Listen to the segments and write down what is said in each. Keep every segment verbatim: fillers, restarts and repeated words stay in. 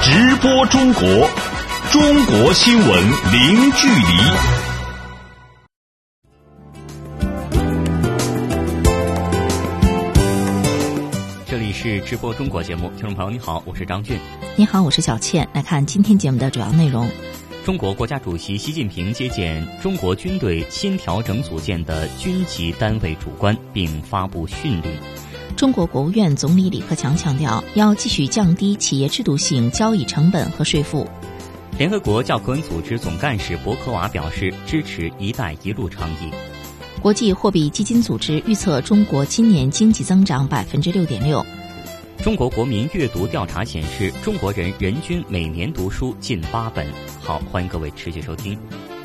直播中国，中国新闻零距离。 这里是直播中国节目，听众朋友你好，我是张俊。 你好，我是小倩。来看今天节目的主要内容。 中国国家主席习近平接见中国军队新调整组建的军级单位主官，并发布训令。 中国国务院总理李克强强调，要继续降低企业制度性交易成本和税负。 联合国教科文组织总干事博科瓦表示支持“一带一路”倡议。 国际货币基金组织预测中国今年经济增长百分之六点六。 中国国民阅读调查显示，中国人人均每年读书近八本。好，欢迎各位持续收听。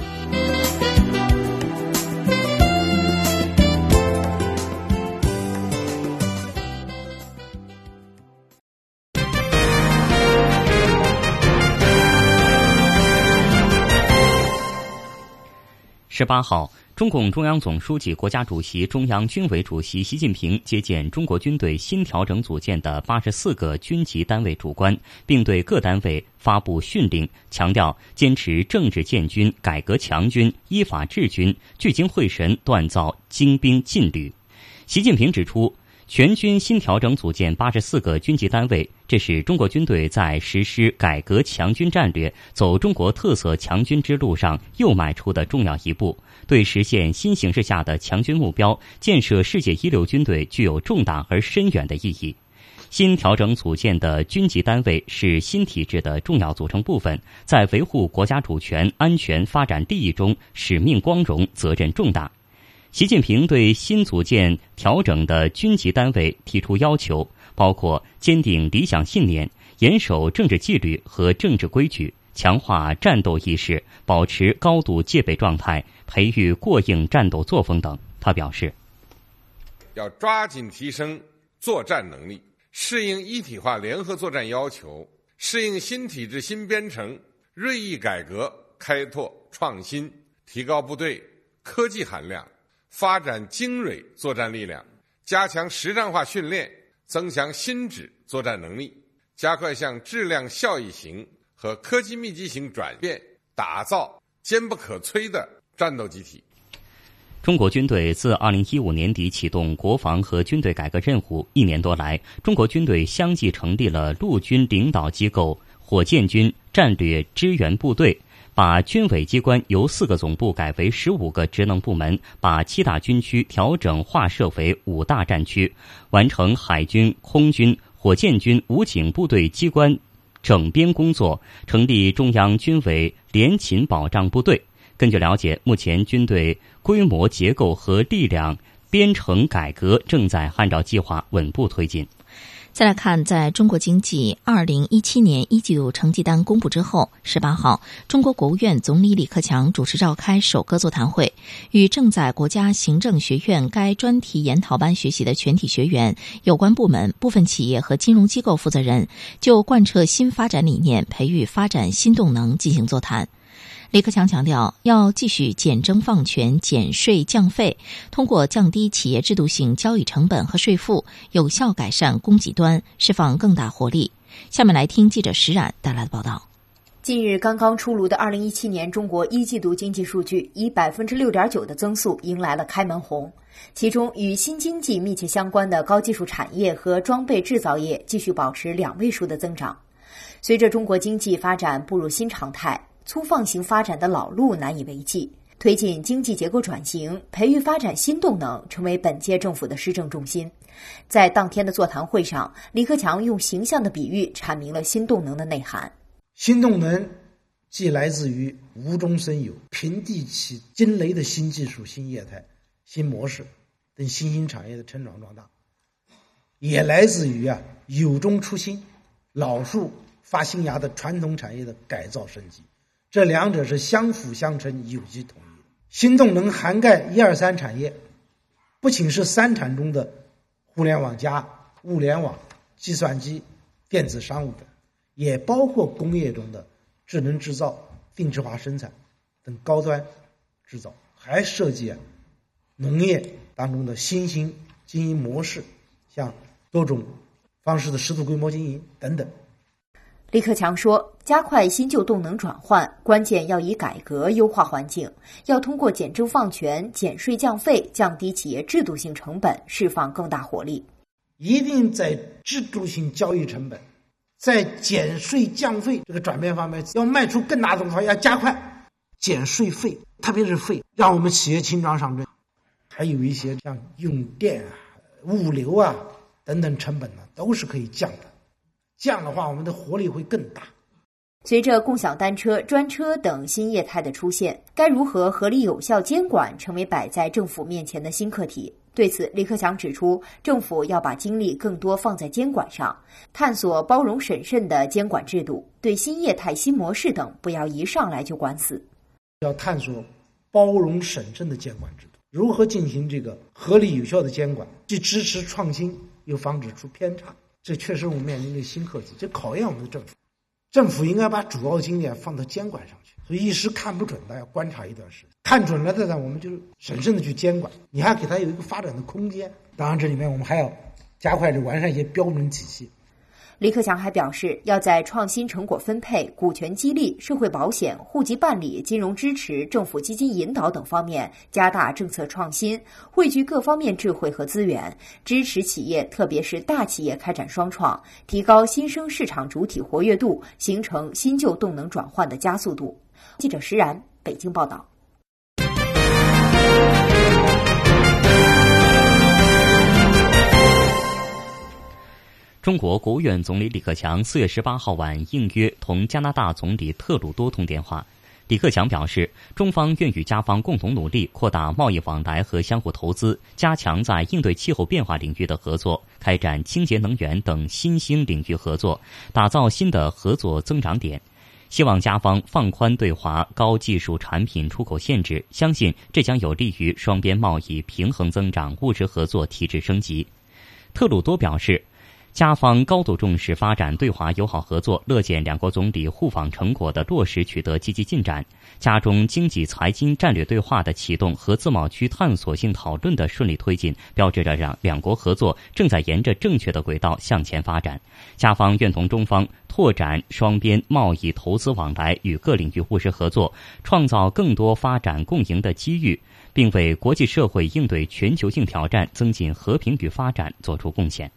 十八号，中共中央总书记、国家主席、中央军委主席习近平接见中国军队新调整组建的八十四个军级单位主官，并对各单位发布训令，强调坚持政治建军、改革强军、依法治军，聚精会神锻造精兵劲旅。习近平指出，全军新调整组建八十四个军级单位，这是中国军队在实施改革强军战略、走中国特色强军之路上又迈出的重要一步，对实现新形势下的强军目标、建设世界一流军队具有重大而深远的意义。新调整组建的军级单位是新体制的重要组成部分，在维护国家主权、安全、发展利益中使命光荣、责任重大。习近平对新组建调整的军级单位提出要求，包括坚定理想信念、严守政治纪律和政治规矩，强化战斗意识，保持高度戒备状态，培育过硬战斗作风等。他表示， 要抓紧提升作战能力，适应一体化联合作战要求，适应新体制新编程，锐意改革开拓创新，提高部队科技含量，发展精锐作战力量，加强实战化训练，增强新质作战能力，加快向质量效益型和科技密集型转变，打造坚不可摧的战斗集体。 中国军队自二零一五年底启动国防和军队改革任务，一年多来，中国军队相继成立了陆军领导机构火箭军战略支援部队，把军委机关由四个总部改为十五个职能部门，把七大军区调整划设为五大战区，完成海军、空军、火箭军、武警部队机关整编工作，成立中央军委联勤保障部队。根据了解，目前军队规模结构和力量编程改革正在按照计划稳步推进。 再来看，在中国经济二零一七年一季度成绩单公布之后，十八号，中国国务院总理李克强主持召开首个座谈会，与正在国家行政学院该专题研讨班学习的全体学员、有关部门、部分企业和金融机构负责人，就贯彻新发展理念、培育发展新动能进行座谈。李克强强调，要继续减征放权、减税降费，通过降低企业制度性交易成本和税负，有效改善供给端，释放更大活力。下面来听记者石冉带来的报道。 近日刚刚出炉的二零一七年中国一季度经济数据以百分之六点九的增速迎来了开门红，其中与新经济密切相关的高技术产业和装备制造业继续保持两位数的增长。随着中国经济发展步入新常态，粗放型发展的老路难以为继，推进经济结构转型，培育发展新动能，成为本届政府的施政重心。在当天的座谈会上，李克强用形象的比喻阐明了新动能的内涵。 新动能既来自于无中生有、平地起惊雷的新技术、新业态、新模式等新兴产业的成长壮大，也来自于啊有中出新、老树发新芽的传统产业的改造升级。这两者是相辅相成、有机统一的。新动能涵盖一二三产业，不仅是三产中的互联网加、物联网、计算机、电子商务等，也包括工业中的智能制造、定制化生产等高端制造，还涉及啊农业当中的新兴经营模式，像多种方式的适度规模经营等等。 李克强说，加快新旧动能转换，关键要以改革优化环境，要通过简政放权、减税降费，降低企业制度性成本，释放更大活力。 一定在制度性交易成本、在减税降费这个转变方面要迈出更大的步伐，要加快减税费，特别是费，让我们企业轻装上阵。还有一些像用电啊、物流啊等等成本呢，都是可以降的。这样的话，我们的活力会更大。 随着共享单车、专车等新业态的出现，该如何合理有效监管成为摆在政府面前的新课题。对此，李克强指出，政府要把精力更多放在监管上，探索包容审慎的监管制度，对新业态、新模式等不要一上来就管死。 要探索包容审慎的监管制度，如何进行这个合理有效的监管，既支持创新，又防止出偏差。这确实我们面临的新课题，这考验我们的政府。政府应该把主要精力放到监管上去，所以一时看不准的要观察一段时间，看准了的呢，我们就审慎的去监管，你还给它有一个发展的空间。当然这里面我们还要加快着完善一些标准体系。 李克强还表示，要在创新成果分配、股权激励、社会保险、户籍办理、金融支持、政府基金引导等方面加大政策创新，汇聚各方面智慧和资源，支持企业，特别是大企业开展双创，提高新生市场主体活跃度，形成新旧动能转换的加速度。记者石然，北京报道。 中国国务院总理李克强四月十八号晚应约同加拿大总理特鲁多通电话。李克强表示，中方愿与加方共同努力，扩大贸易往来和相互投资，加强在应对气候变化领域的合作，开展清洁能源等新兴领域合作，打造新的合作增长点。希望加方放宽对华高技术产品出口限制，相信这将有利于双边贸易平衡增长、务实合作体制升级。特鲁多表示，加方高度重视发展对华友好合作，乐见两国总理互访成果的落实取得积极进展，加中经济财经战略对话的启动和自贸区探索性讨论的顺利推进，标志着两两国合作正在沿着正确的轨道向前发展。加方愿同中方拓展双边贸易投资往来与各领域务实合作，创造更多发展共赢的机遇，并为国际社会应对全球性挑战、增进和平与发展作出贡献。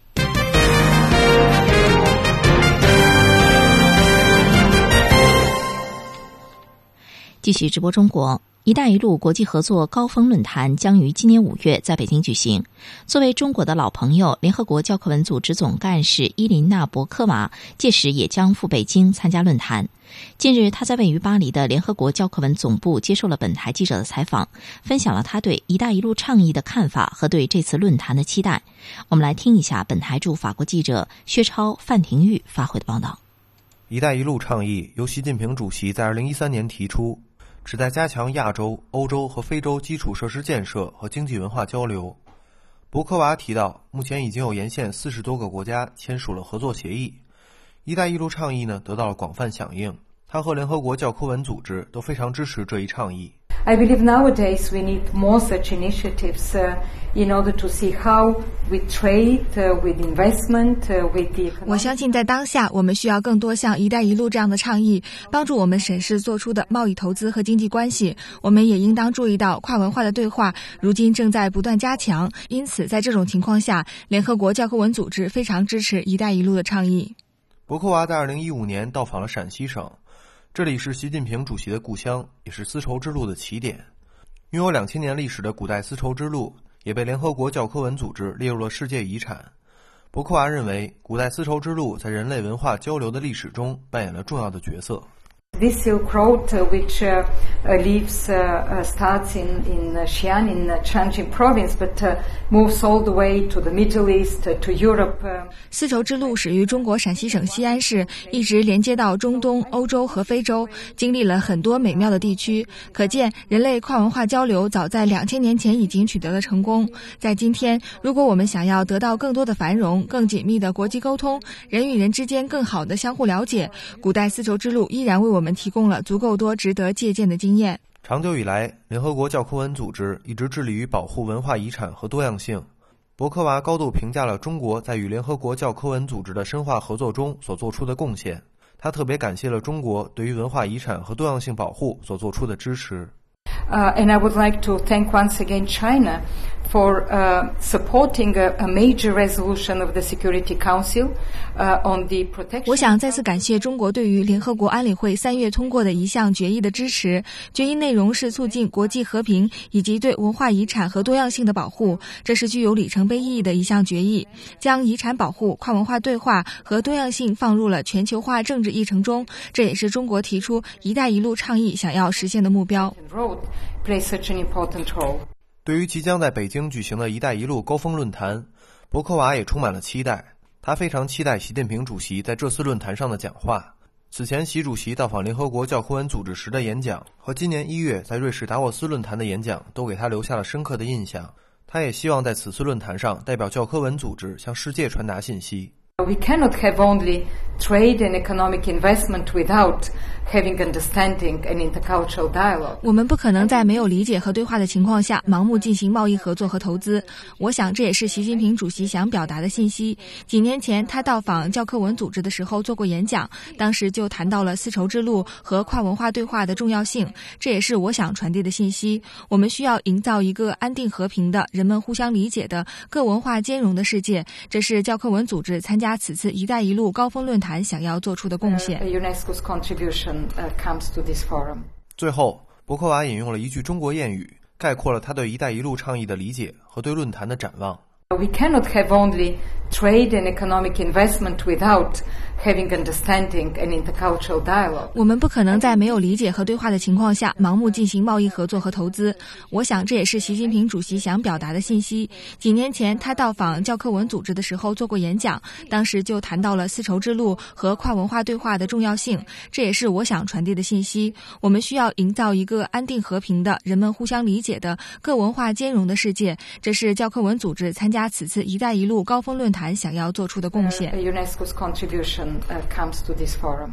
继续直播中国，一带一路国际合作高峰论坛将于今年五月在北京举行。作为中国的老朋友，联合国教科文组织总干事伊琳娜·博科娃届时也将赴北京参加论坛。近日，他在位于巴黎的联合国教科文总部接受了本台记者的采访，分享了他对一带一路倡议的看法和对这次论坛的期待。我们来听一下本台驻法国记者薛超、范廷玉发回的报道。 一带一路倡议由习近平主席在二零一三年提出，旨在加强亚洲、欧洲和非洲基础设施建设和经济文化交流。博科娃提到，目前已经有沿线四十多个国家签署了合作协议。一带一路倡议呢得到了广泛响应，他和联合国教科文组织都非常支持这一倡议。 I believe nowadays we need more such initiatives uh, in order to see how we trade, uh, with investment, uh, with the economic... 我相信在当下，我们需要更多像“一带一路”这样的倡议，帮助我们审视做出的贸易投资和经济关系。我们也应当注意到，跨文化的对话如今正在不断加强。因此，在这种情况下，联合国教科文组织非常支持“一带一路”的倡议。 博科娃在二零一五年到访了陕西省。这里是习近平主席的故乡，也是丝绸之路的起点。拥有两千年历史的古代丝绸之路也被联合国教科文组织列入了世界遗产。博科娃认为，古代丝绸之路在人类文化交流的历史中扮演了重要的角色。 This Silk Road, uh, which uh, uh, lives, uh, uh, starts in, in uh, Xi'an, in uh, Tianjin province, but uh, moves all the way to the Middle East, uh, to Europe. Uh. 丝绸之路始于中国陕西省西安市，一直连接到中东、欧洲和非洲，经历了很多美妙的地区。可见，人类跨文化交流早在两千年前已经取得了成功。在今天，如果我们想要得到更多的繁荣、更紧密的国际沟通，人与人之间更好的相互了解，古代丝绸之路依然为我们我们提供了足够多值得借鉴的经验。 长久以来，联合国教科文组织一直致力于保护文化遗产和多样性。 博科娃高度评价了中国在与联合国教科文组织的深化合作中所做出的贡献，他特别感谢了中国对于文化遗产和多样性保护所做出的支持。 Uh, and I would like to thank once again China for uh, supporting a, a major resolution of the Security Council uh, on the protection. 我想再次感谢中国对于联合国安理会三月通过的一项决议的支持。决议内容是促进国际和平以及对文化遗产和多样性的保护，这是具有里程碑意义的一项决议，将遗产保护、跨文化对话和多样性放入了全球化政治议程中，这也是中国提出“一带一路”倡议想要实现的目标。 Play such an important role. 对于即将在北京举行的一带一路高峰论坛，博科娃也充满了期待。他非常期待习近平主席在这次论坛上的讲话。此前习主席到访联合国教科文组织时的演讲和今年一月在瑞士达沃斯论坛的演讲都给他留下了深刻的印象。他也希望在此次论坛上代表教科文组织向世界传达信息。 We cannot have only trade and economic investment without having understanding and intercultural dialogue. 我们不可能在没有理解和对话的情况下盲目进行贸易合作和投资。我想这也是习近平主席想表达的信息。几年前他到访教科文组织的时候做过演讲，当时就谈到了丝绸之路和跨文化对话的重要性，这也是我想传递的信息。我们需要营造一个安定和平的、人们互相理解的、各文化兼容的世界，这是教科文组织参加此次“一带一路”高峰论坛想要做出的贡献。 UNESCO's contribution comes to this forum. 最后，博科娃引用了一句中国谚语，概括了他对“一带一路”倡议的理解和对论坛的展望。 We cannot have only trade and economic investment without having understanding and intercultural dialogue. 我们不可能在没有理解和对话的情况下盲目进行贸易合作和投资。我想这也是习近平主席想表达的信息。几年前他到访教科文组织的时候做过演讲，当时就谈到了丝绸之路和跨文化对话的重要性，这也是我想传递的信息。我们需要营造一个安定和平的、人们互相理解的、各文化兼容的世界，这是教科文组织参加此次“一带一路”高峰论坛想要做出的贡献。 Uh, UNESCO's contribution uh, comes to this forum.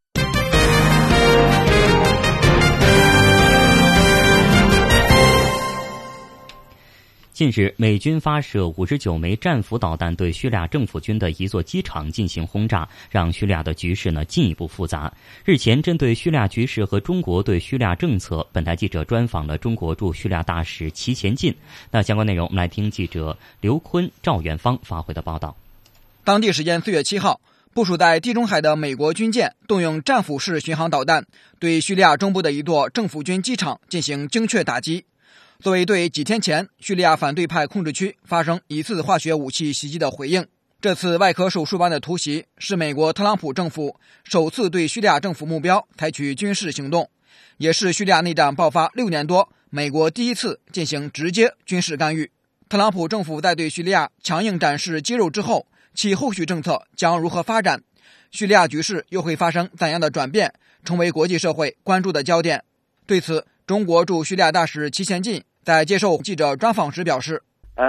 近日，美军发射五十九枚战斧导弹对叙利亚政府军的一座机场进行轰炸，让叙利亚的局势呢进一步复杂。日前，针对叙利亚局势和中国对叙利亚政策，本台记者专访了中国驻叙利亚大使齐前进。那相关内容，我们来听记者刘坤、赵远芳发回的报道。 当地时间四月七号，部署在地中海的美国军舰动用战斧式巡航导弹，对叙利亚中部的一座政府军机场进行精确打击。作为对几天前叙利亚反对派控制区发生疑似化学武器袭击的回应，这次外科手术般的突袭是美国特朗普政府首次对叙利亚政府目标采取军事行动，也是叙利亚内战爆发六年多美国第一次进行直接军事干预。特朗普政府在对叙利亚强硬展示肌肉之后，其后续政策将如何发展？叙利亚局势又会发生怎样的转变，成为国际社会关注的焦点。对此，中国驻叙利亚大使齐前进在接受记者专访时表示，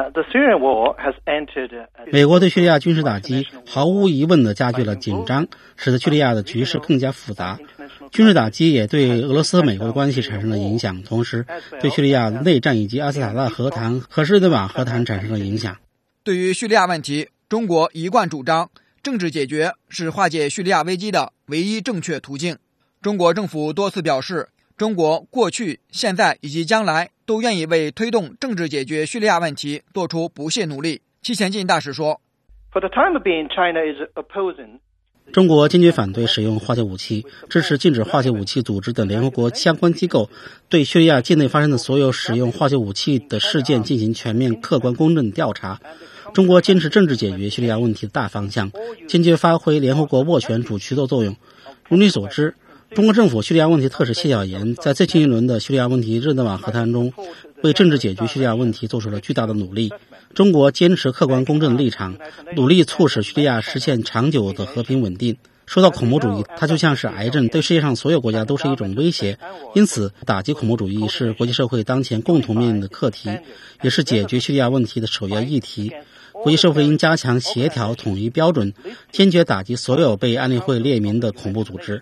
美国对叙利亚军事打击毫无疑问地加剧了紧张，使得叙利亚的局势更加复杂。军事打击也对俄罗斯和美国的关系产生了影响，同时对叙利亚内战以及阿斯塔纳和谈和日内瓦和谈产生了影响。 对于叙利亚问题，中国一贯主张政治解决是化解叙利亚危机的唯一正确途径。中国政府多次表示，中国过去、现在以及将来都愿意为推动政治解决叙利亚问题做出不懈努力。齐前进大使说， For the time being, China is opposing 中国坚决反对使用化学武器，支持禁止化学武器组织等联合国相关机构对叙利亚境内发生的所有使用化学武器的事件进行全面、客观、公正调查。中国坚持政治解决叙利亚问题的大方向，坚决发挥联合国斡旋主渠道作用。如你所知，中国政府叙利亚问题特使谢晓岩在最近一轮的叙利亚问题日内瓦和谈中，为政治解决叙利亚问题做出了巨大的努力。中国坚持客观公正的立场，努力促使叙利亚实现长久的和平稳定。说到恐怖主义，它就像是癌症，对世界上所有国家都是一种威胁。因此，打击恐怖主义是国际社会当前共同面临的课题，也是解决叙利亚问题的首要议题。国际社会应加强协调统一标准，坚决打击所有被安理会列明的恐怖组织。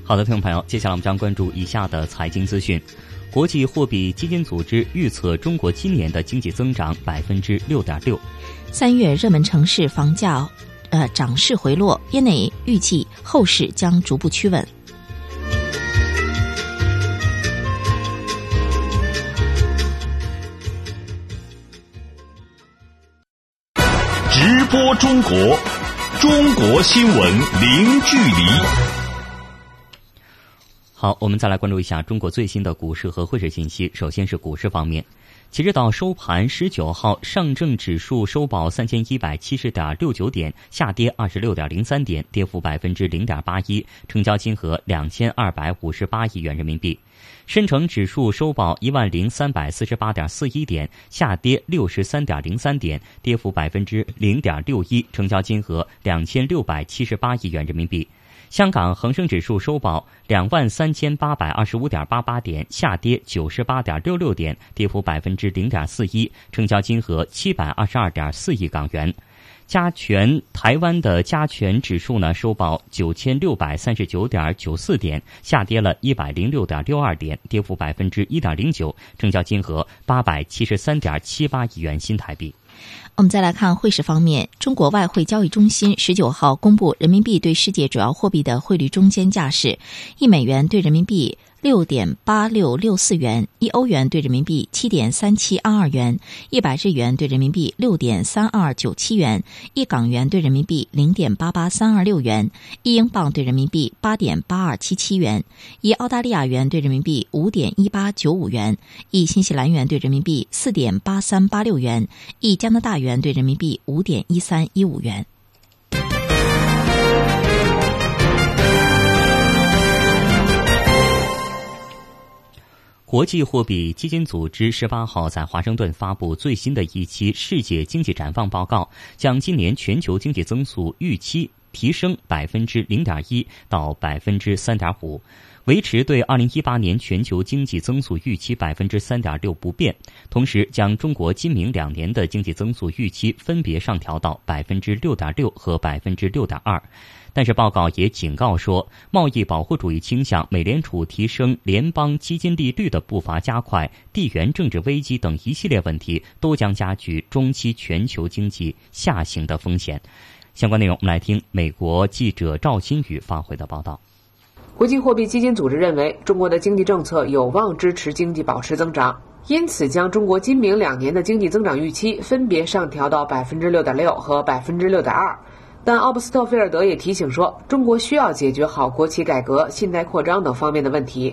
好的，听众朋友，接下来我们将关注以下的财经资讯。国际货币基金组织预测中国今年的经济增长百分之六点六。 三月热门城市房价呃涨势回落，业内预计后市将逐步趋稳。 直播中国，中国新闻零距离。 好，我们再来关注一下中国最新的股市和汇市信息。首先是股市方面，截止到收盘十九号，上证指数收报三千一百七十点六九点，下跌二十六点零三点，跌幅百分之零点八一，成交金额两千二百五十八亿元人民币。深成指数收报一万零三百四十八点四一点，下跌六十三点零三点，跌幅百分之零点六一，成交金额两千六百七十八亿元人民币。香港恒生指数收报两万三千八百二十五点八八点，下跌九十八点六六点，跌幅百分之零点四一，成交金额七百二十二点四亿港元。加权台湾的加权指数呢收报九千六百三十九点九四点，下跌了一百零六点六二点，跌幅百分之一点零九，成交金额八百七十三点七八亿元新台币。 我们再来看汇市方面，中国外汇交易中心十九号公布人民币对世界主要货币的汇率中间价是一美元对人民币六点八六六四元，一欧元对人民币七点三七二二元，一百日元对人民币六点三二九七元，一港元对人民币零点八八三二六元，一英镑对人民币八点八二七七元，一澳大利亚元对人民币五点一八九五元，一新西兰元对人民币四点八三八六元，一加拿大元对人民币五点一三一五元。 国际货币基金组织十八号在华盛顿发布最新的一期世界经济展望报告，将今年全球经济增速预期提升百分之零点一到百分之三点五，维持对二零一八年全球经济增速预期百分之三点六不变，同时将中国今明两年的经济增速预期分别上调到百分之六点六和百分之六点二。但是报告也警告说，贸易保护主义倾向、美联储提升联邦基金利率的步伐加快、地缘政治危机等一系列问题，都将加剧中期全球经济下行的风险。相关内容，我们来听美国记者赵新宇发回的报道。 国际货币基金组织认为，中国的经济政策有望支持经济保持增长，因此将中国今明两年的经济增长预期分别上调到百分之六点六和百分之六点二。但奥布斯特菲尔德也提醒说，中国需要解决好国企改革、信贷扩张等方面的问题。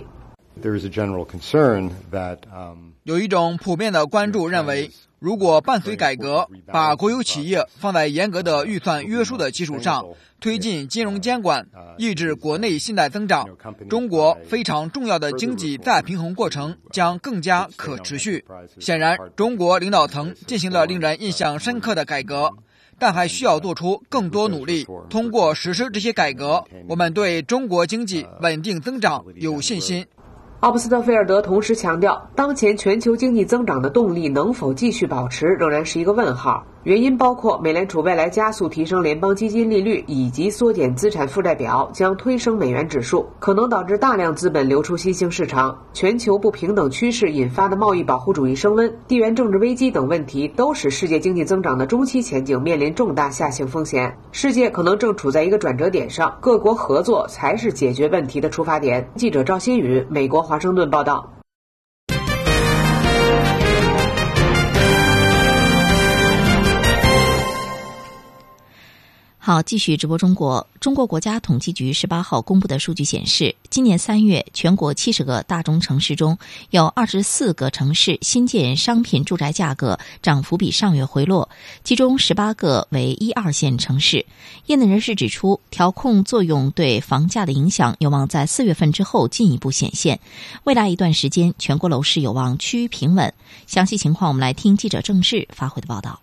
有一种普遍的关注认为，如果伴随改革，把国有企业放在严格的预算约束的基础上，推进金融监管，抑制国内信贷增长，中国非常重要的经济再平衡过程将更加可持续。显然，中国领导层进行了令人印象深刻的改革，但还需要做出更多努力。通过实施这些改革，我们对中国经济稳定增长有信心。 奥布斯特菲尔德同时强调，当前全球经济增长的动力能否继续保持，仍然是一个问号。原因包括美联储未来加速提升联邦基金利率，以及缩减资产负债表将推升美元指数，可能导致大量资本流出新兴市场。全球不平等趋势引发的贸易保护主义升温、地缘政治危机等问题，都使世界经济增长的中期前景面临重大下行风险。世界可能正处在一个转折点上，各国合作才是解决问题的出发点。记者赵新宇，美国华盛顿报道。 好，继续直播中国。中国国家统计局十八号公布的数据显示，今年三月，全国七十个大中城市中有二十四个城市新建商品住宅价格涨幅比上月回落，其中十八个为一二线城市。业内人士指出，调控作用对房价的影响有望在四月份之后进一步显现，未来一段时间全国楼市有望趋于平稳。详细情况我们来听记者郑志发回的报道。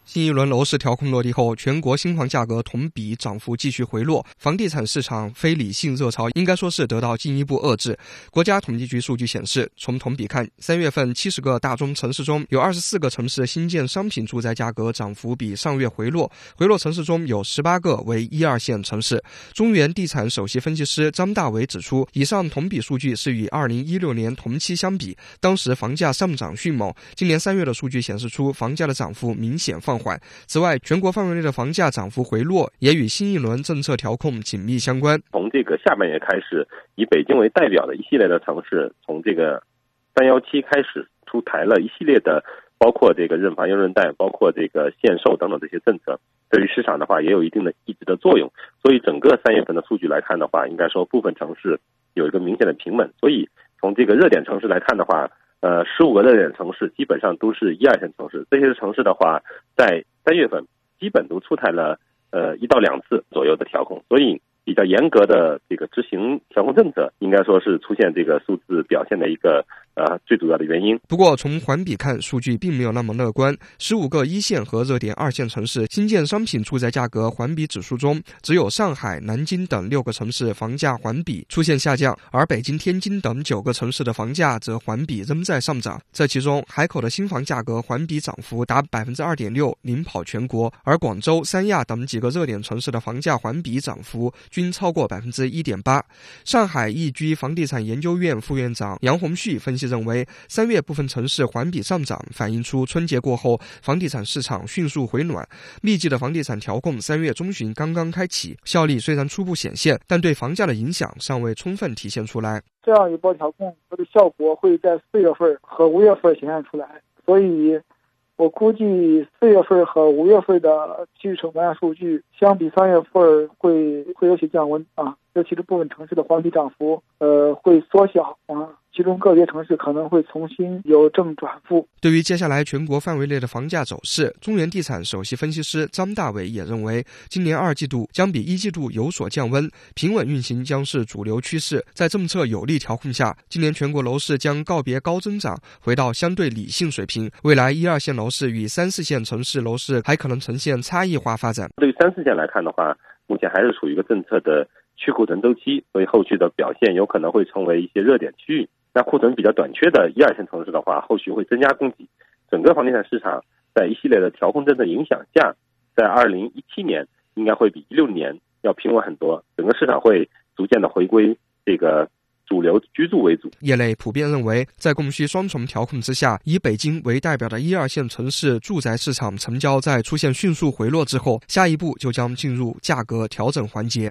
新一轮楼市调控落地后，全国新房价格同比涨幅继续回落，房地产市场非理性热潮应该说是得到进一步遏制。国家统计局数据显示，从同比看，三月份七十个大中城市中有二十四个城市新建商品住宅价格涨幅比上月回落，回落城市中有十八个为一二线城市。中原地产首席分析师张大伟指出，以上同比数据是与二零一六年同期相比，当时房价上涨迅猛，今年三月的数据显示出房价的涨幅明显放缓。此外，全国范围内的房价涨幅回落也与新一轮政策调控紧密相关。 从这个下半年开始，以北京为代表的一系列的城市，从这个三一七开始出台了一系列的，包括这个认房优认贷，包括这个限售等等这些政策，对于市场的话也有一定的抑制的作用。所以整个三月份的数据来看的话，应该说部分城市有一个明显的平稳。所以从这个热点城市来看的话，呃，十五个热点城市基本上都是一二线城市，这些城市的话，在三月份基本都出台了呃一到两次左右的调控，所以比较严格的这个执行调控政策，应该说是出现这个数字表现的一个呃最主要的原因。 不过从环比看，数据并没有那么乐观。十五个一线和热点二线城市新建商品住宅价格环比指数中，只有上海、南京等六个城市房价环比出现下降，而北京、天津等九个城市的房价则环比仍在上涨。这其中，海口的新房价格环比涨幅达 百分之二点六， 领跑全国，而广州、三亚等几个热点城市的房价环比涨幅均超过 百分之一点八。 上海易居房地产研究院副院长杨红旭分析认为，三月部分城市环比上涨，反映出春节过后房地产市场迅速回暖。密集的房地产调控三月中旬刚刚开启，效力虽然初步显现，但对房价的影响尚未充分体现出来。 这样一波调控，它的效果会在四月份和五月份显现出来，所以我估计四月份和五月份的基础房价数据相比三月份会会有些降温啊，尤其是部分城市的环比涨幅呃会缩小啊，其中个别城市可能会重新由正转负。 对于接下来全国范围内的房价走势，中原地产首席分析师张大伟也认为，今年二季度将比一季度有所降温，平稳运行将是主流趋势。在政策有力调控下，今年全国楼市将告别高增长，回到相对理性水平。未来一二线楼市与三四线城市楼市还可能呈现差异化发展。 对于三四线来看的话，目前还是处于一个政策的去库存周期，所以后续的表现有可能会成为一些热点区域。那库存比较短缺的一二线城市的话，后续会增加供给。整个房地产市场在一系列的调控政策影响下，在二零一七年应该会比一六年要平稳很多，整个市场会逐渐的回归这个主流居住为主。 业内普遍认为，在供需双重调控之下，以北京为代表的一二线城市住宅市场成交在出现迅速回落之后，下一步就将进入价格调整环节。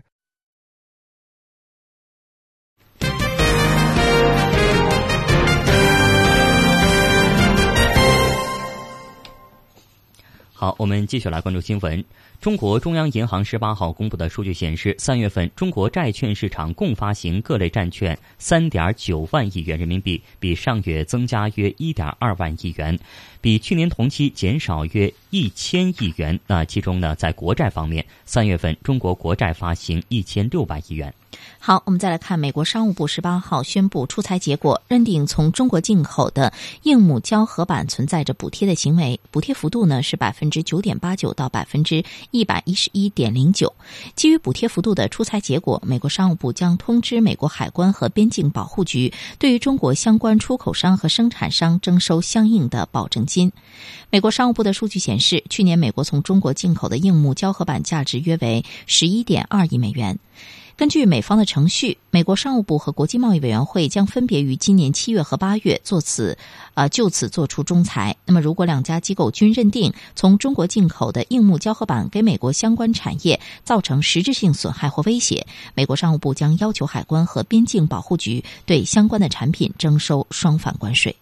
好，我们继续来关注新闻。中国中央银行十八号公布的数据显示，三月份中国债券市场共发行各类债券 三点九万亿元人民币，比上月增加约 一点二万亿元，比去年同期减少约一千亿元。那其中呢，在国债方面，三月份中国国债发行一千六百亿元。 好，我们再来看美国商务部十八号宣布出裁结果，认定从中国进口的硬木胶合板存在着补贴的行为，补贴幅度呢是百分之九点八九到百分之一百一十一点零九。基于补贴幅度的出裁结果，美国商务部将通知美国海关和边境保护局，对于中国相关出口商和生产商征收相应的保证金。美国商务部的数据显示，去年美国从中国进口的硬木胶合板价值约为十一点二亿美元。根据美方的程序，美国商务部和国际贸易委员会将分别于今年七月和八月做此呃就此做出仲裁。那么如果两家机构均认定从中国进口的硬木胶合板给美国相关产业造成实质性损害或威胁，美国商务部将要求海关和边境保护局对相关的产品征收双反关税。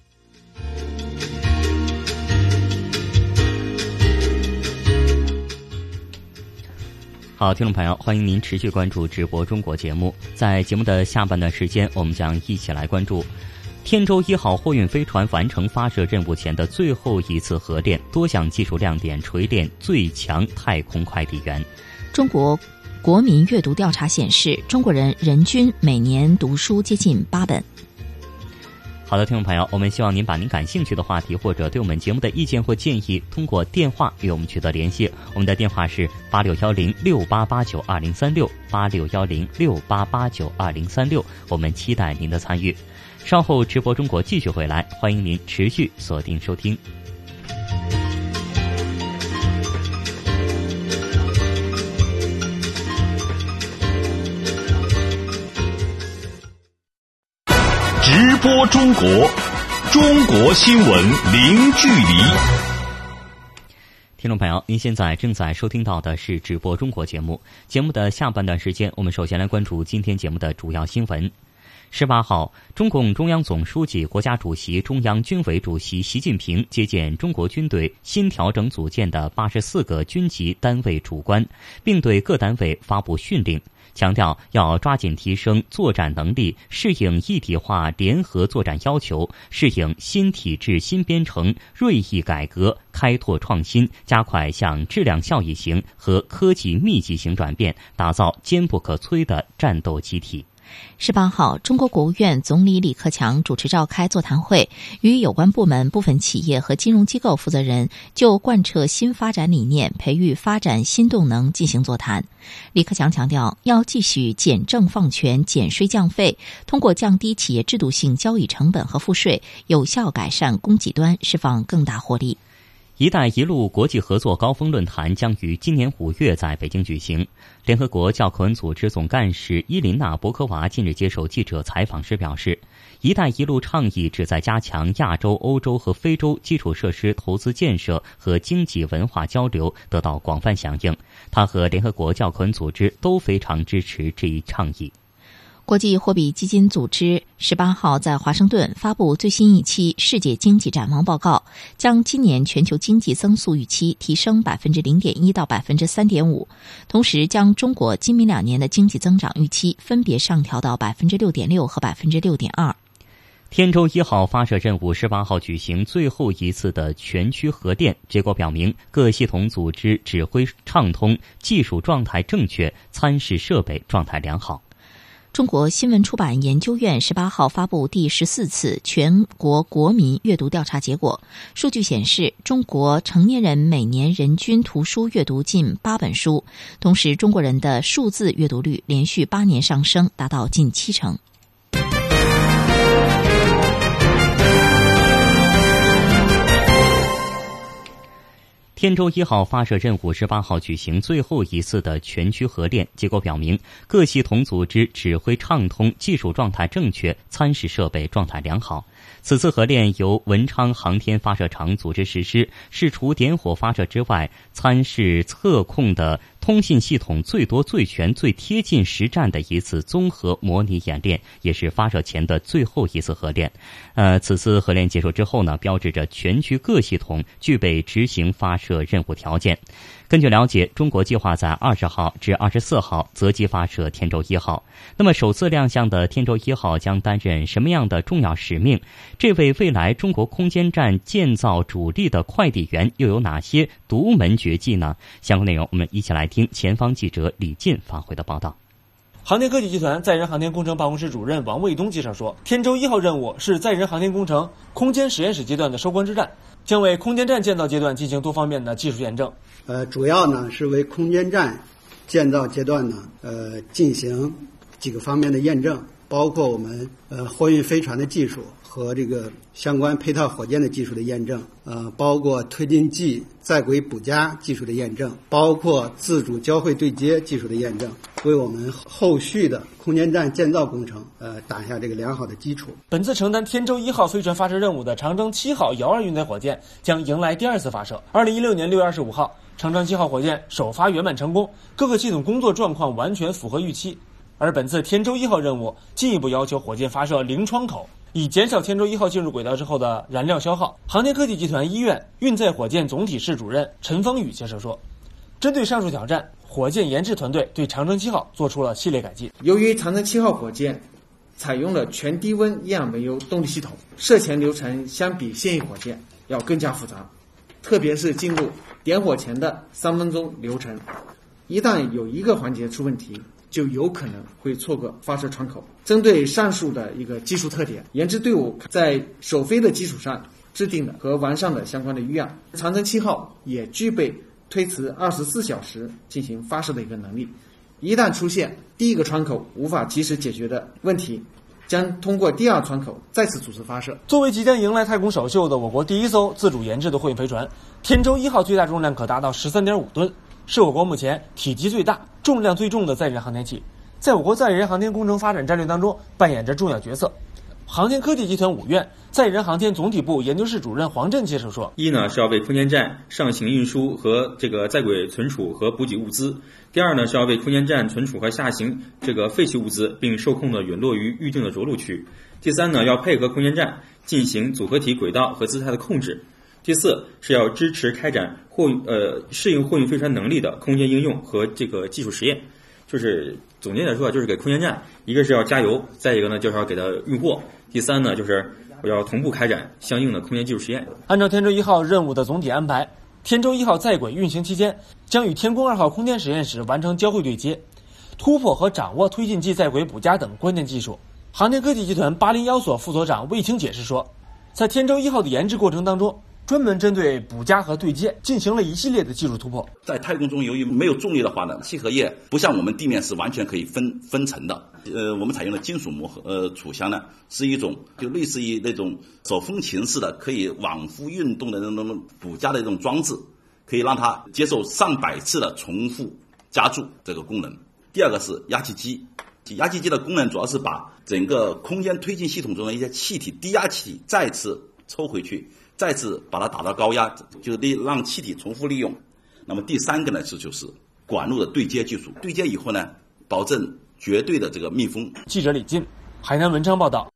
好，听众朋友，欢迎您持续关注直播中国节目。在节目的下半段时间，我们将一起来关注天舟一号货运飞船完成发射任务前的最后一次核电，多项技术亮点锤炼最强太空快递员。 中国国民阅读调查显示，中国人人均每年读书接近八本。 好的，听众朋友，我们希望您把您感兴趣的话题或者对我们节目的意见或建议，通过电话与我们取得联系。我们的电话是八六幺零六八八九二零三六八六幺零六八八九二零三六，我们期待您的参与。稍后直播中国继续回来，欢迎您持续锁定收听。 直播中国，中国新闻零距离。 听众朋友，您现在正在收听到的是直播中国节目。节目的下半段时间，我们首先来关注今天节目的主要新闻。十八号，中共中央总书记、国家主席、中央军委主席习近平接见中国军队新调整组建的八十四个军级单位主官，并对各单位发布训令，强调要抓紧提升作战能力，适应一体化联合作战要求，适应新体制新编程，锐意改革，开拓创新，加快向质量效益型和科技密集型转变，打造坚不可摧的战斗机体。 十八号，中国国务院总理李克强主持召开座谈会，与有关部门、部分企业和金融机构负责人就贯彻新发展理念、培育发展新动能进行座谈。李克强强调，要继续减政放权、减税降费，通过降低企业制度性交易成本和赋税，有效改善供给端，释放更大获利。 一带一路国际合作高峰论坛将于今年五月在北京举行。联合国教科文组织总干事伊琳娜·博科娃近日接受记者采访时表示，一带一路倡议旨在加强亚洲、欧洲和非洲基础设施投资建设和经济文化交流，得到广泛响应。他和联合国教科文组织都非常支持这一倡议。 国际货币基金组织十八号在华盛顿发布最新一期世界经济展望报告，将今年全球经济增速预期提升百分之零点一到百分之三点五，同时将中国今明两年的经济增长预期分别上调到百分之六点六和百分之六点二。 天舟一号发射任务十八号举行最后一次的全区核电，结果表明各系统组织指挥畅通，技术状态正确，参试设备状态良好。 中国新闻出版研究院十八号发布第十四次全国国民阅读调查结果，数据显示，中国成年人每年人均图书阅读近八本书，同时中国人的数字阅读率连续八年上升，达到近七成。 天舟一号发射任务十八号举行最后一次的全区核电，结果表明各系统组织指挥畅通，技术状态正确，参试设备状态良好。此次核电由文昌航天发射场组织实施，是除点火发射之外，参试测控的通信系统最多、最全、最贴近实战的一次综合模拟演练，也是发射前的最后一次核电。呃，此次核电结束之后呢，标志着全区各系统具备执行发射任务条件。根据了解，中国计划在二十号至二十四号择机发射天舟一号。那么首次亮相的天舟一号将担任什么样的重要使命？这位未来中国空间站建造主力的快递员又有哪些独门绝技呢？相关内容我们一起来听前方记者李进发回的报道。 航天科技集团载人航天工程办公室主任王卫东介绍说，天舟一号任务是载人航天工程空间实验室阶段的收官之战，将为空间站建造阶段进行多方面的技术验证。 呃，主要呢是为空间站建造阶段呢，呃，进行几个方面的验证，包括我们呃货运飞船的技术和这个相关配套火箭的技术的验证，呃，包括推进剂在轨补加技术的验证，包括自主交会对接技术的验证，为我们后续的空间站建造工程呃打下这个良好的基础。 本次承担天舟一号飞船发射任务的长征七号遥二运载火箭将迎来第二次发射。二零一六年六月二十五号，长征七号火箭首发圆满成功，各个系统工作状况完全符合预期。而本次天舟一号任务进一步要求火箭发射零窗口，以减少天舟一号进入轨道之后的燃料消耗。航天科技集团医院运载火箭总体室主任陈峰宇介绍说，针对上述挑战，火箭研制团队对长征七号做出了系列改进。 由于长征七号火箭采用了全低温液氧煤油动力系统，射前流程相比现役火箭要更加复杂，特别是进入点火前的三分钟流程，一旦有一个环节出问题， 就有可能会错过发射窗口。针对上述的一个技术特点，研制队伍在首飞的基础上制定了和完善了相关的预案。长征七号也具备推迟二十四小时进行发射的一个能力。一旦出现第一个窗口无法及时解决的问题，将通过第二窗口再次组织发射。 作为即将迎来太空首秀的我国第一艘自主研制的货运飞船，天舟一号最大重量可达到 十三点五吨，是我国目前体积最大、重量最重的载人航天器，在我国载人航天工程发展战略当中扮演着重要角色。航天科技集团五院载人航天总体部研究室主任黄振介绍说： 一呢是要为空间站上行运输和这个在轨存储和补给物资；第二呢是要为空间站存储和下行这个废弃物资，并受控的陨落于预定的着陆区；第三呢要配合空间站进行组合体轨道和姿态的控制；第四是要支持开展货呃适应货运飞船能力的空间应用和这个技术实验。就是总结来说，就是给空间站，一个是要加油，再一个呢就是要给它运货，第三呢就是我要同步开展相应的空间技术实验。 按照天舟一号任务的总体安排，天舟一号在轨运行期间，将与天宫二号空间实验室完成交会对接，突破和掌握推进剂在轨补加等关键技术。航天科技集团八零幺所副所长魏青解释说，在天舟一号的研制过程当中，专门针对补加和对接进行了一系列的技术突破。 在太空中，由于没有重力的话呢，气合液不像我们地面是完全可以分分层的。呃，我们采用的金属膜呃储箱呢，是一种就类似于那种手风琴似的，可以往复运动的那种补加的一种装置，可以让它接受上百次的重复加注这个功能。第二个是压气机，压气机的功能主要是把整个空间推进系统中的一些气体、低压气体再次抽回去。再次把它打到高压，就是让气体重复利用。那么第三个呢，是就是管路的对接技术，对接以后呢，保证绝对的这个密封。 记者李进，海南文昌报道。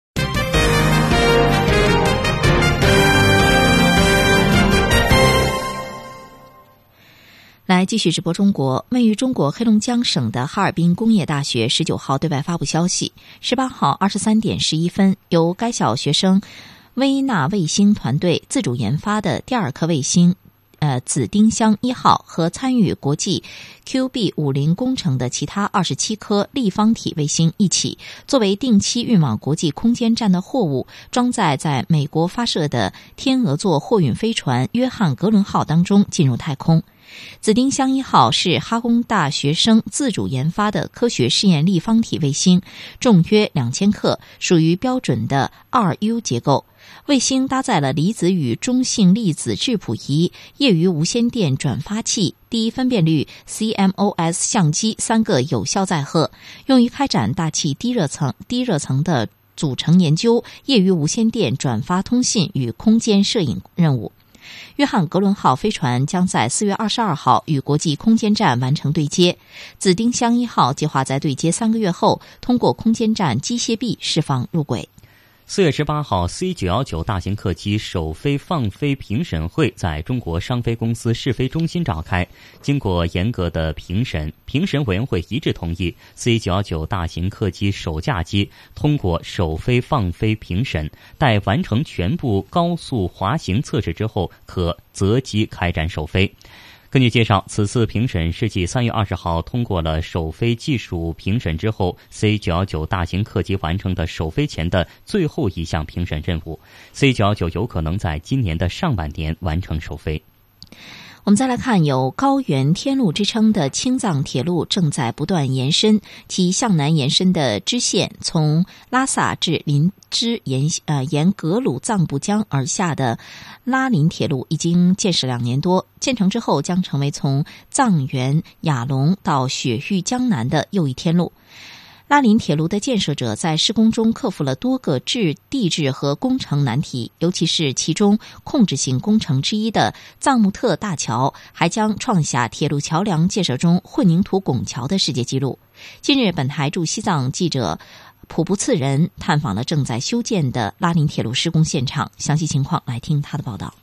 来继续直播中国。位于中国黑龙江省的哈尔滨工业大学十九号对外发布消息，十八号二十三点十一分，由该校学生微纳卫星团队自主研发的第二颗卫星，呃，紫丁香一号和参与国际 Q B 五零工程的其他二十七颗立方体卫星一起，作为定期运往国际空间站的货物，装载在美国发射的天鹅座货运飞船约翰格伦号当中进入太空。紫丁香一号是哈工大学生自主研发的科学试验立方体卫星，重约两千克，属于标准的 二 U 结构。卫星搭载了离子与中性粒子质谱仪、业余无线电转发器、低分辨率 C M O S 相机三个有效载荷，用于开展大气低热层低热层的组成研究、业余无线电转发通信与空间摄影任务。约翰格伦号飞船将在四月二十二号与国际空间站完成对接，紫丁香一号计划在对接三个月后通过空间站机械臂释放入轨。 四月十八号 C 九一九 大型客机首飞放飞评审会在中国商飞公司试飞中心召开，经过严格的评审，评审委员会一致同意 C 九一九 大型客机首架机通过首飞放飞评审，待完成全部高速滑行测试之后，可择机开展首飞。根据介绍，此次评审是继三月二十号通过了首飞技术评审之后 C 九一九 大型客机完成的首飞前的最后一项评审任务。 C 九一九 有可能在今年的上半年完成首飞。 我们再来看，有高原天路之称的青藏铁路正在不断延伸，其向南延伸的支线从拉萨至林芝沿呃沿格鲁藏布江而下的拉林铁路已经建设两年多，建成之后将成为从藏原雅龙到雪域江南的又一天路。拉林铁路的建设者在施工中克服了多个制地质和工程难题，尤其是其中控制性工程之一的藏木特大桥，还将创下铁路桥梁建设中混凝土拱桥的世界纪录。近日，本台驻西藏记者普不次仁探访了正在修建的拉林铁路施工现场，详细情况来听他的报道。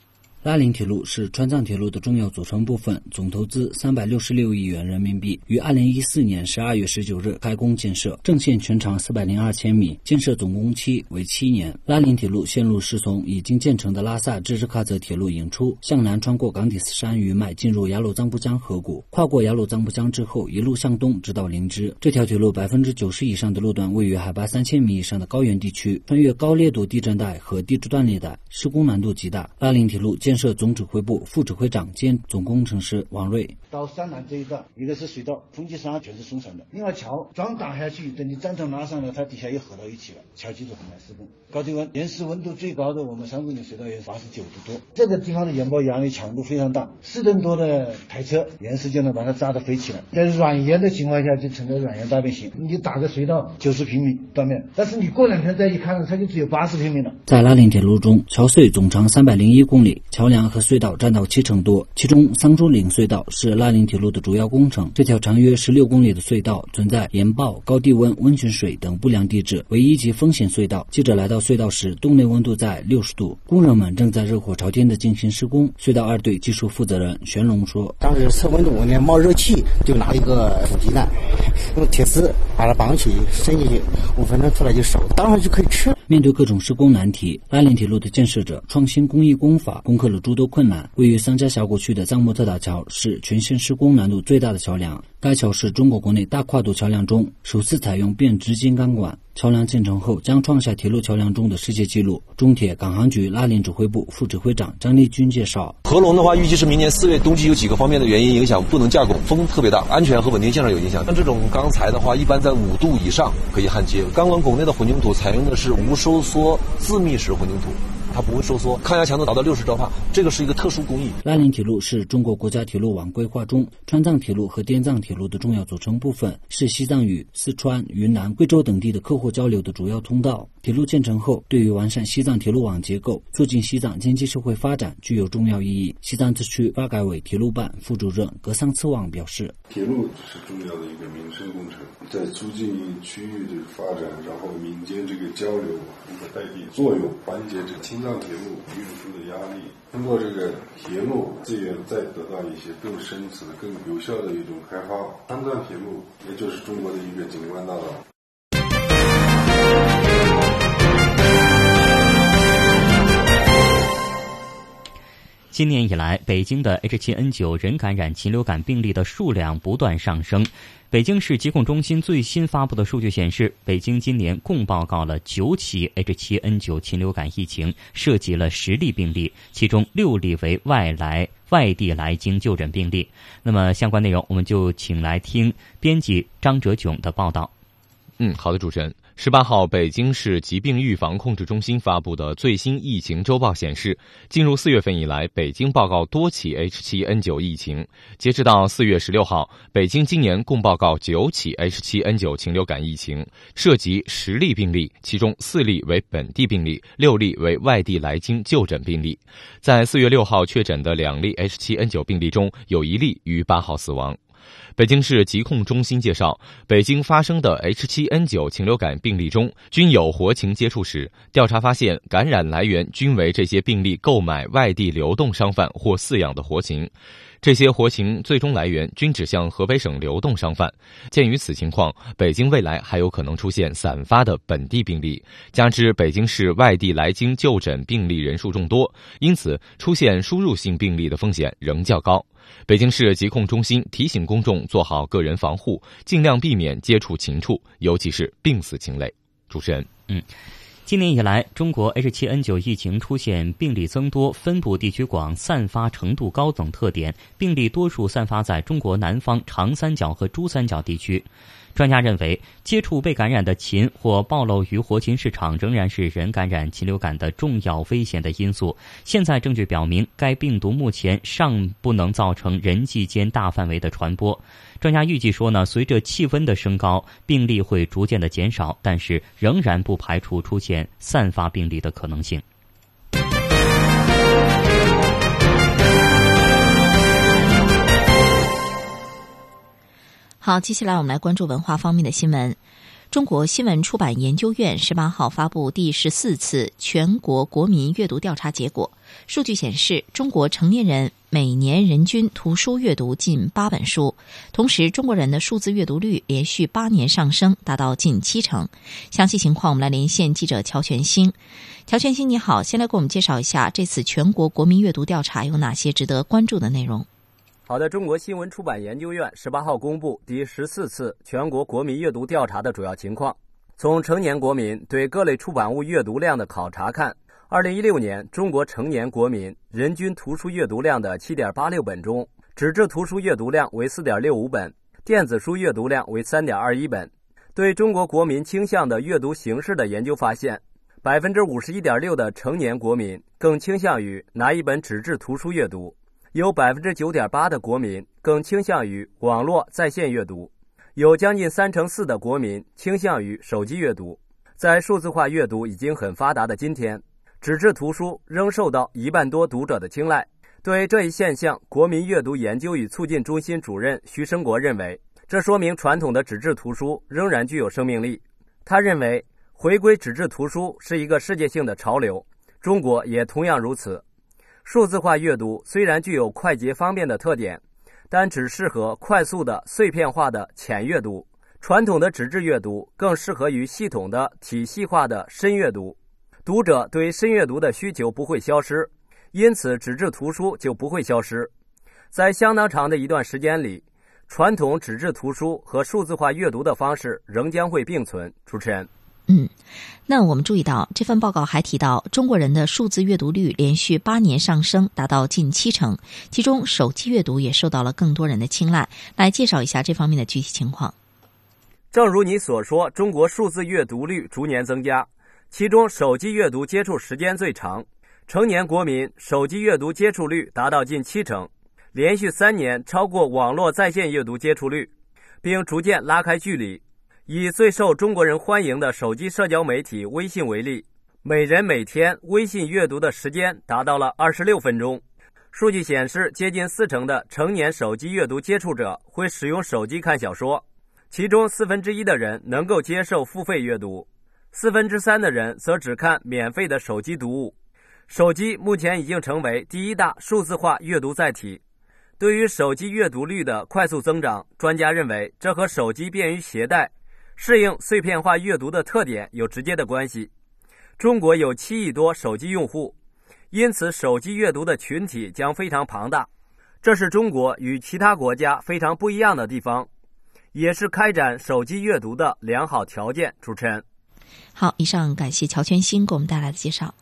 拉林铁路是川藏铁路的重要组成部分，总投资三百六十六亿元人民币，于二零一四年十二月十九日开工建设，正线全长四百零二千米，建设总工期为七年。拉林铁路线路是从已经建成的拉萨支支喀则铁路引出，向南穿过冈底斯山余脉，进入雅鲁藏布江河谷，跨过雅鲁藏布江之后，一路向东直到林芝。这条铁路百分之九十以上的路段位于海拔三千米以上的高原地区，穿越高烈度地震带和地质断裂带，施工难度极大。拉林铁路建设总指挥部副指挥长兼总工程师王瑞： 到山南这一段，一个是隧道，风机上全是松散的，另外桥装打下去，等你站上拉上了，它底下又合到一起了，桥基础很难施工。高低温，原始温度最高的我们三公里隧道也八十九度多，这个地方的研爆压力强度非常大，四吨多的台车原时就能把它炸得飞起来。在软岩的情况下就成了软岩大变形，你打个隧道九十平米断面，但是你过两天再一看，它就只有八十平米了。 在拉林铁路中，桥隧总长三百零一公里，桥梁和隧道占到七成多，其中桑珠岭隧道是拉林铁路的主要工程。这条长约十六公里的隧道存在岩爆、高地温、温泉水等不良地质，为一级风险隧道。记者来到隧道时，洞内温度在六十度，工人们正在热火朝天地进行施工。隧道二队技术负责人玄龙说： 当时测温度，我那冒热气，就拿一个土鸡蛋，用铁丝把它绑起，伸进去，五分钟出来就熟，当时就可以吃。 面对各种施工难题，拉林铁路的建设者创新工艺工法，攻克了诸多困难。位于三家峡谷区的藏木特大桥是全线施工难度最大的桥梁，该桥是中国国内大跨度桥梁中首次采用变直径钢管。桥梁建成后将创下铁路桥梁中的世界纪录。中铁港航局拉林指挥部副指挥长张立军介绍： 合龙的话，预计是明年四月，冬季有几个方面的原因影响不能架拱，风特别大，安全和稳定性上有影响。像这种钢材的话，一般在五度以上可以焊接。钢管拱内的混凝土采用的是无收缩自密式混凝土，它不会收缩，抗压强度达到六十兆帕，这个是一个特殊工艺。 拉林铁路是中国国家铁路网规划中川藏铁路和滇藏铁路的重要组成部分，是西藏与四川、云南、贵州等地的客户交流的主要通道。铁路建成后，对于完善西藏铁路网结构、促进西藏经济社会发展具有重要意义。西藏自区发改委铁路办副主任格桑次旺表示： 铁路是重要的一个民生工程，在促进区域的发展，然后民间这个交流一个带动作用，缓解这青藏铁路运输的压力。通过这个铁路资源再得到一些更深层、更有效的一种开发。川藏铁路也就是中国的一个景观大道。 今年以来，北京的 H 七 N 九 人感染禽流感病例的数量不断上升。北京市疾控中心最新发布的数据显示，北京今年共报告了九起 H 七 N 九 禽流感疫情，涉及了十例病例，其中六例为外来外地来京就诊病例。那么相关内容，我们就请来听编辑张哲炯的报道。 嗯，好的，主持人。十八号，北京市疾病预防控制中心发布的最新疫情周报显示，进入四月份以来，北京报告多起 H 七 N 九 疫情。截止到四月十六号，北京今年共报告九起 H 七 N 九 禽流感疫情，涉及十例病例，其中四例为本地病例，六例为外地来京就诊病例。在四月六号确诊的两例 H 七 N 九 病例中，有一例于八号死亡。北京市疾控中心介绍，北京发生的 H 七 N 九 禽流感病例中均有活禽接触史，调查发现感染来源均为这些病例购买外地流动商贩或饲养的活禽。这些活禽最终来源均指向河北省流动商贩。鉴于此情况，北京未来还有可能出现散发的本地病例，加之北京市外地来京就诊病例人数众多，因此出现输入性病例的风险仍较高。北京市疾控中心提醒公众做好个人防护，尽量避免接触禽畜，尤其是病死禽类。主持人， 嗯。今年以来，中国 H 七 N 九 疫情出现病例增多、分布地区广、散发程度高等特点，病例多数散发在中国南方长三角和珠三角地区。专家认为，接触被感染的禽或暴露于活禽市场仍然是人感染禽流感的重要危险的因素。现在证据表明，该病毒目前尚不能造成人际间大范围的传播。专家预计说呢，随着气温的升高，病例会逐渐的减少，但是仍然不排除出现散发病例的可能性。 好，接下来我们来关注文化方面的新闻。 中国新闻出版研究院十八号发布第十四次全国国民阅读调查结果。数据显示，中国成年人每年人均图书阅读近八本书，同时中国人的数字阅读率连续八年上升，达到近七成。详细情况我们来连线记者乔全兴。乔全兴你好，先来给我们介绍一下这次全国国民阅读调查有哪些值得关注的内容。 好的，中国新闻出版研究院十八号公布第十四次全国国民阅读调查的主要情况。从成年国民对各类出版物阅读量的考察看，二零一六年中国成年国民人均图书阅读量的 七点八六 本中，纸质图书阅读量为 四点六五 本，电子书阅读量为 三点二一 本。对中国国民倾向的阅读形式的研究发现， 百分之五十一点六 的成年国民更倾向于拿一本纸质图书阅读，有 百分之九点八 的国民更倾向于网络在线阅读，有将近三成四的国民倾向于手机阅读。在数字化阅读已经很发达的今天，纸质图书仍受到一半多读者的青睐。对这一现象，国民阅读研究与促进中心主任徐生国认为，这说明传统的纸质图书仍然具有生命力。他认为，回归纸质图书是一个世界性的潮流，中国也同样如此。数字化阅读虽然具有快捷方便的特点，但只适合快速的碎片化的浅阅读，传统的纸质阅读更适合于系统的体系化的深阅读。读者对深阅读的需求不会消失，因此纸质图书就不会消失。在相当长的一段时间里，传统纸质图书和数字化阅读的方式仍将会并存。主持人。 嗯，那我们注意到这份报告还提到，中国人的数字阅读率连续八年上升，达到近七成，其中手机阅读也受到了更多人的青睐。来介绍一下这方面的具体情况。 正如你所说，中国数字阅读率逐年增加，其中手机阅读接触时间最长，成年国民手机阅读接触率达到近七成，连续三年超过网络在线阅读接触率，并逐渐拉开距离。以最受中国人欢迎的手机社交媒体微信为例，每人每天微信阅读的时间达到了二十六分钟。数据显示，接近四成的成年手机阅读接触者会使用手机看小说，其中四分之一的人能够接受付费阅读，四分之三的人则只看免费的手机读物。手机目前已经成为第一大数字化阅读载体。对于手机阅读率的快速增长，专家认为这和手机便于携带、适应碎片化阅读的特点有直接的关系。中国有七亿多手机用户，因此手机阅读的群体将非常庞大，这是中国与其他国家非常不一样的地方，也是开展手机阅读的良好条件。主持人。 好，以上感谢乔全兴给我们带来的介绍。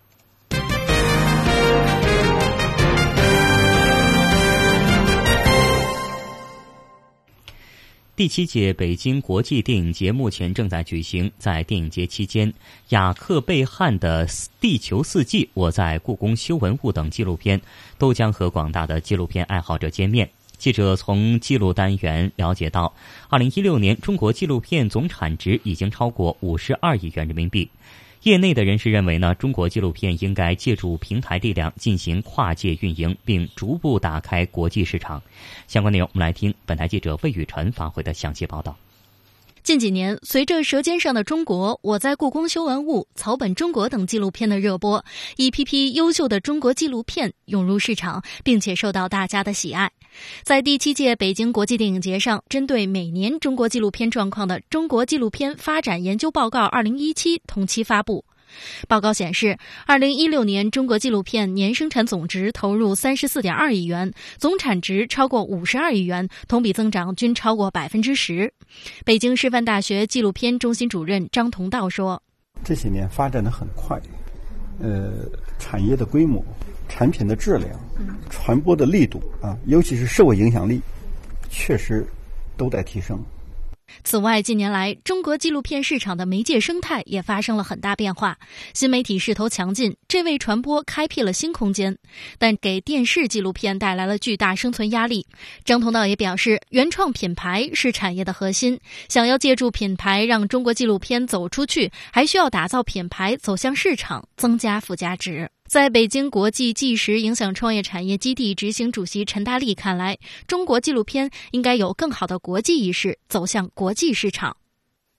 第七届北京国际电影节目前正在举行，在电影节期间，雅克贝汉的《地球四季》、我在故宫修文物等纪录片都将和广大的纪录片爱好者见面。记者从记录单元了解到，二零一六年中国纪录片总产值已经超过五十二亿元人民币。业内的人士认为呢，中国纪录片应该借助平台力量进行跨界运营，并逐步打开国际市场。相关内容我们来听本台记者魏雨辰发回的详细报道。 近几年，随着《舌尖上的中国》、我在故宫修文物、草本中国等纪录片的热播，一批批优秀的中国纪录片涌入市场，并且受到大家的喜爱。在第七届北京国际电影节上，针对每年中国纪录片状况的《中国纪录片发展研究报告二零一七》同期发布。报告显示，二零一六年中国纪录片年生产总值投入 三十四点二亿元，总产值超过五十二亿元，同比增长均超过 百分之十。 北京师范大学纪录片中心主任张同道说， 这些年发展得很快，呃，产业的规模、产品的质量、传播的力度啊，尤其是社会影响力，确实都在提升。 此外，近年来中国纪录片市场的媒介生态也发生了很大变化，新媒体势头强劲，这为传播开辟了新空间，但给电视纪录片带来了巨大生存压力。张同道也表示，原创品牌是产业的核心，想要借助品牌让中国纪录片走出去，还需要打造品牌走向市场，增加附加值。在北京国际纪实影响创业产业基地执行主席陈大力看来，中国纪录片应该有更好的国际意识，走向国际市场。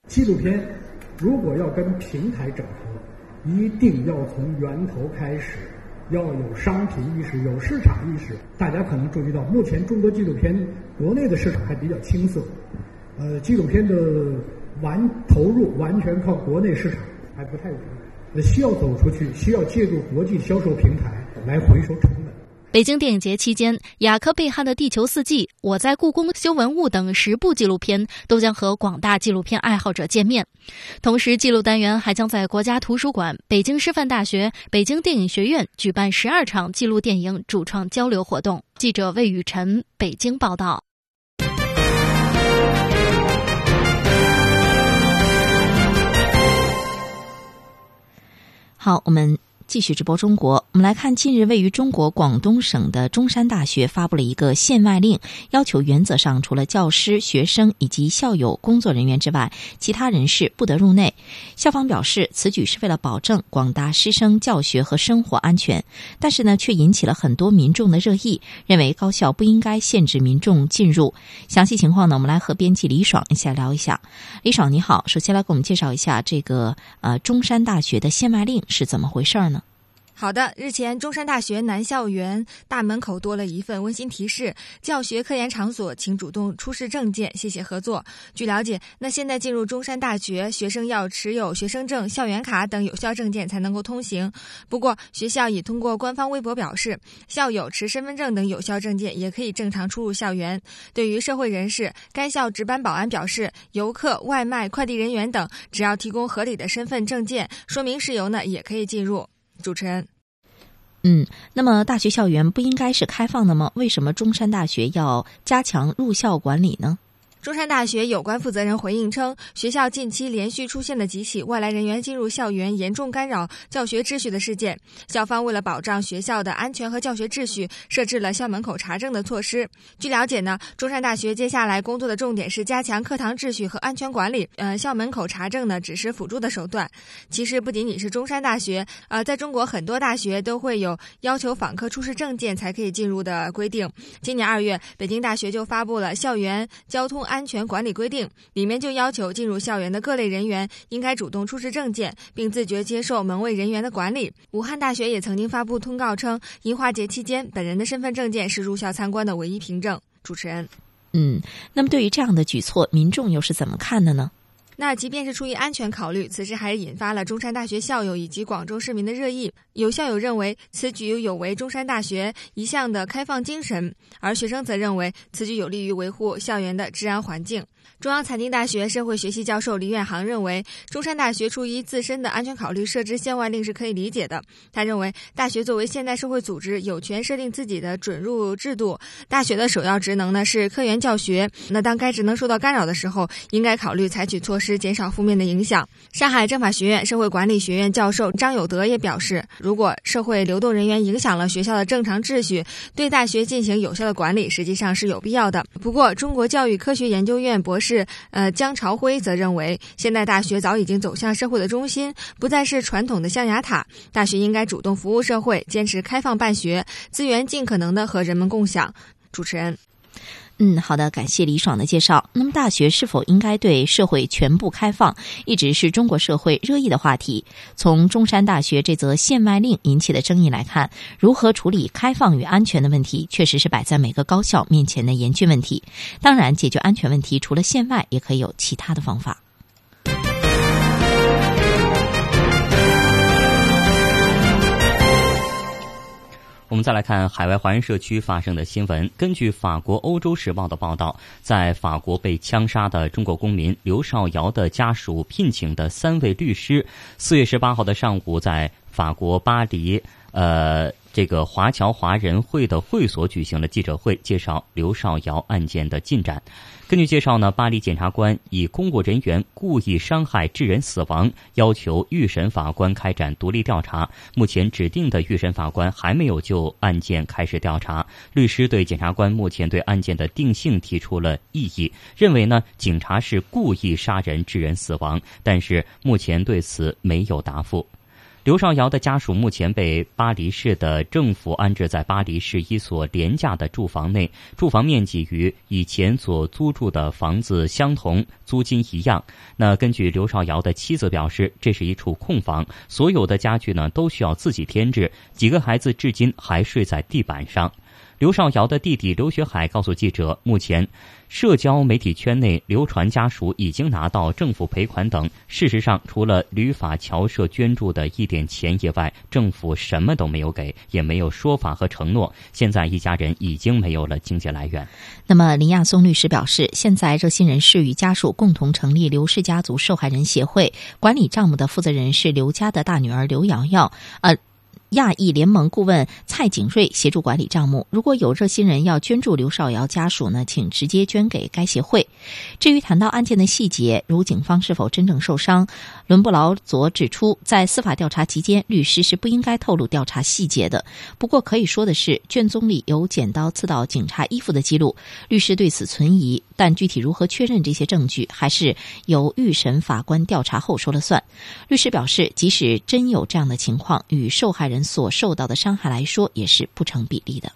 纪录片如果要跟平台整合，一定要从源头开始，要有商品意识，有市场意识。大家可能注意到，目前中国纪录片国内的市场还比较青涩，呃，纪录片的完投入完全靠国内市场还不太足，呃，需要走出去，需要借助国际销售平台来回收成本。 北京电影节期间，雅克贝汉的《地球四季》、我在故宫修文物等十部纪录片都将和广大纪录片爱好者见面。同时，记录单元还将在国家图书馆、北京师范大学、北京电影学院举办十二场记录电影主创交流活动。记者魏雨晨，北京报道。 好，我们继续直播中国。我们来看，近日位于中国广东省的中山大学发布了一个限外令，要求原则上除了教师、学生以及校友、工作人员之外，其他人士不得入内。校方表示，此举是为了保证广大师生教学和生活安全，但是呢，却引起了很多民众的热议，认为高校不应该限制民众进入。详细情况呢，我们来和编辑李爽一起来聊一下。李爽你好，首先来给我们介绍一下这个呃中山大学的限外令是怎么回事呢？ 好的，日前中山大学南校园大门口多了一份温馨提示：教学科研场所请主动出示证件，谢谢合作。据了解，那现在进入中山大学，学生要持有学生证、校园卡等有效证件才能够通行。不过，学校已通过官方微博表示，校友持身份证等有效证件也可以正常出入校园。对于社会人士，该校值班保安表示，游客、外卖、快递人员等只要提供合理的身份证件，说明事由呢，也可以进入。主持人。 嗯，那么大学校园不应该是开放的吗？为什么中山大学要加强入校管理呢？ 中山大学有关负责人回应称，学校近期连续出现了几起外来人员进入校园严重干扰教学秩序的事件，校方为了保障学校的安全和教学秩序，设置了校门口查证的措施。据了解呢，中山大学接下来工作的重点是加强课堂秩序和安全管理，呃，校门口查证呢只是辅助的手段。其实不仅仅是中山大学，呃，在中国很多大学都会有要求访客出示证件才可以进入的规定。今年二月，北京大学就发布了校园交通安全管理规定，里面就要求进入校园的各类人员应该主动出示证件，并自觉接受门卫人员的管理。武汉大学也曾经发布通告称，樱花节期间本人的身份证件是入校参观的唯一凭证。主持人， 嗯，那么对于这样的举措，民众又是怎么看的呢？ 那即便是出于安全考虑，此事还是引发了中山大学校友以及广州市民的热议。有校友认为此举有违中山大学一向的开放精神，而学生则认为此举有利于维护校园的治安环境。中央财经大学社会学系教授李远航认为，中山大学出于自身的安全考虑设置限外令是可以理解的。他认为，大学作为现代社会组织，有权设定自己的准入制度。大学的首要职能呢是科研教学，那当该职能受到干扰的时候，应该考虑采取措施减少负面的影响。上海政法学院社会管理学院教授张有德也表示，如果社会流动人员影响了学校的正常秩序，对大学进行有效的管理实际上是有必要的。不过，中国教育科学研究院博士呃姜朝辉则认为，现代大学早已经走向社会的中心，不再是传统的象牙塔，大学应该主动服务社会，坚持开放办学，资源尽可能的和人们共享。主持人。 嗯，好的，感谢李爽的介绍。那么大学是否应该对社会全部开放，一直是中国社会热议的话题。从中山大学这则限外令引起的争议来看，如何处理开放与安全的问题，确实是摆在每个高校面前的严峻问题。当然，解决安全问题除了限外，也可以有其他的方法。 我们再来看海外华人社区发生的新闻。根据法国《欧洲时报》的报道，在法国被枪杀的中国公民刘少尧的家属聘请的三位律师，四月十八号的上午在法国巴黎，呃，这个华侨华人会的会所举行了记者会，介绍刘少尧案件的进展。根据介绍呢，巴黎检察官以公务人员故意伤害致人死亡，要求预审法官开展独立调查。目前指定的预审法官还没有就案件开始调查。律师对检察官目前对案件的定性提出了异议，认为呢警察是故意杀人致人死亡，但是目前对此没有答复。 刘少瑶的家属目前被巴黎市的政府安置在巴黎市一所廉价的住房内，住房面积与以前所租住的房子相同，租金一样。那根据刘少瑶的妻子表示，这是一处空房，所有的家具呢都需要自己添置，几个孩子至今还睡在地板上。刘少瑶的弟弟刘学海告诉记者，目前社交媒体圈内流传家属已经拿到政府赔款等，事实上除了旅法侨社捐助的一点钱以外，政府什么都没有给，也没有说法和承诺。现在一家人已经没有了经济来源。 那么林亚松律师表示，现在热心人士与家属共同成立刘氏家族受害人协会，管理账目的负责人是刘家的大女儿刘瑶瑶，呃亚裔联盟顾问蔡景瑞协助管理账目。如果有热心人要捐助刘少瑶家属呢，请直接捐给该协会。至于谈到案件的细节，如警方是否真正受伤，伦布劳佐指出，在司法调查期间，律师是不应该透露调查细节的。不过可以说的是，卷宗里有剪刀刺到警察衣服的记录，律师对此存疑，但具体如何确认这些证据，还是由预审法官调查后说了算。律师表示，即使真有这样的情况，与受害人所受到的伤害来说，也是不成比例的。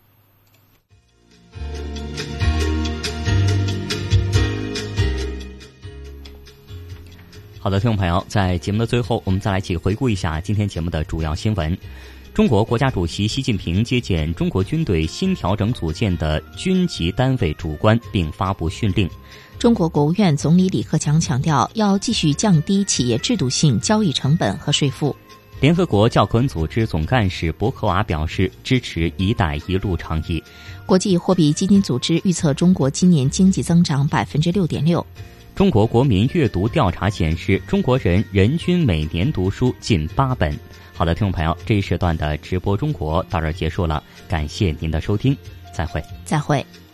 好的，听众朋友，在节目的最后，我们再来一起回顾一下今天节目的主要新闻。中国国家主席习近平接见中国军队新调整组建的军级单位主官，并发布训令。 中国国务院总理李克强强调，要继续降低企业制度性交易成本和税负。 联合国教科文组织总干事博克瓦表示支持“一带一路”倡议。 国际货币基金组织预测中国今年经济增长百分之六点六。 中国国民阅读调查显示，中国人人均每年读书近八本。好的，听众朋友，这一时段的直播中国到这儿结束了，感谢您的收听，再会， 再会。